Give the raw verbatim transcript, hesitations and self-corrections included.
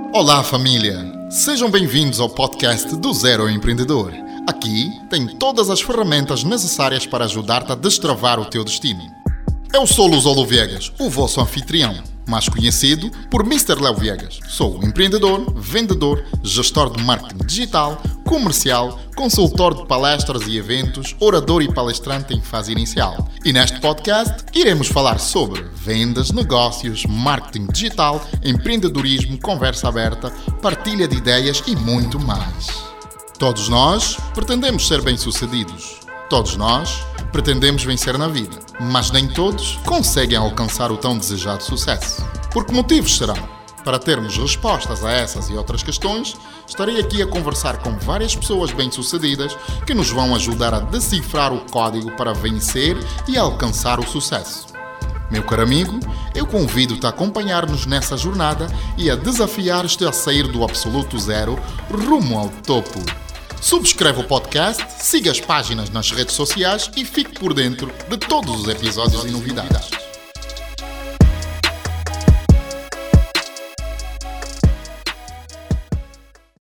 Olá família, sejam bem-vindos ao podcast do Zero Empreendedor. Aqui tem todas as ferramentas necessárias para ajudar-te a destravar o teu destino. Eu sou Luzolo Viegas, o vosso anfitrião, mais conhecido por mister Léo Viegas. Sou empreendedor, vendedor, gestor de marketing digital, comercial, consultor de palestras e eventos, orador e palestrante em fase inicial. E neste podcast iremos falar sobre vendas, negócios, marketing digital, empreendedorismo, conversa aberta, partilha de ideias e muito mais. Todos nós pretendemos ser bem-sucedidos. Todos nós pretendemos vencer na vida, mas nem todos conseguem alcançar o tão desejado sucesso. Por que motivos serão? Para termos respostas a essas e outras questões, estarei aqui a conversar com várias pessoas bem-sucedidas que nos vão ajudar a decifrar o código para vencer e alcançar o sucesso. Meu caro amigo, eu convido-te a acompanhar-nos nessa jornada e a desafiar-te a sair do absoluto zero rumo ao topo. Subscreve o podcast, siga as páginas nas redes sociais e fique por dentro de todos os episódios e novidades.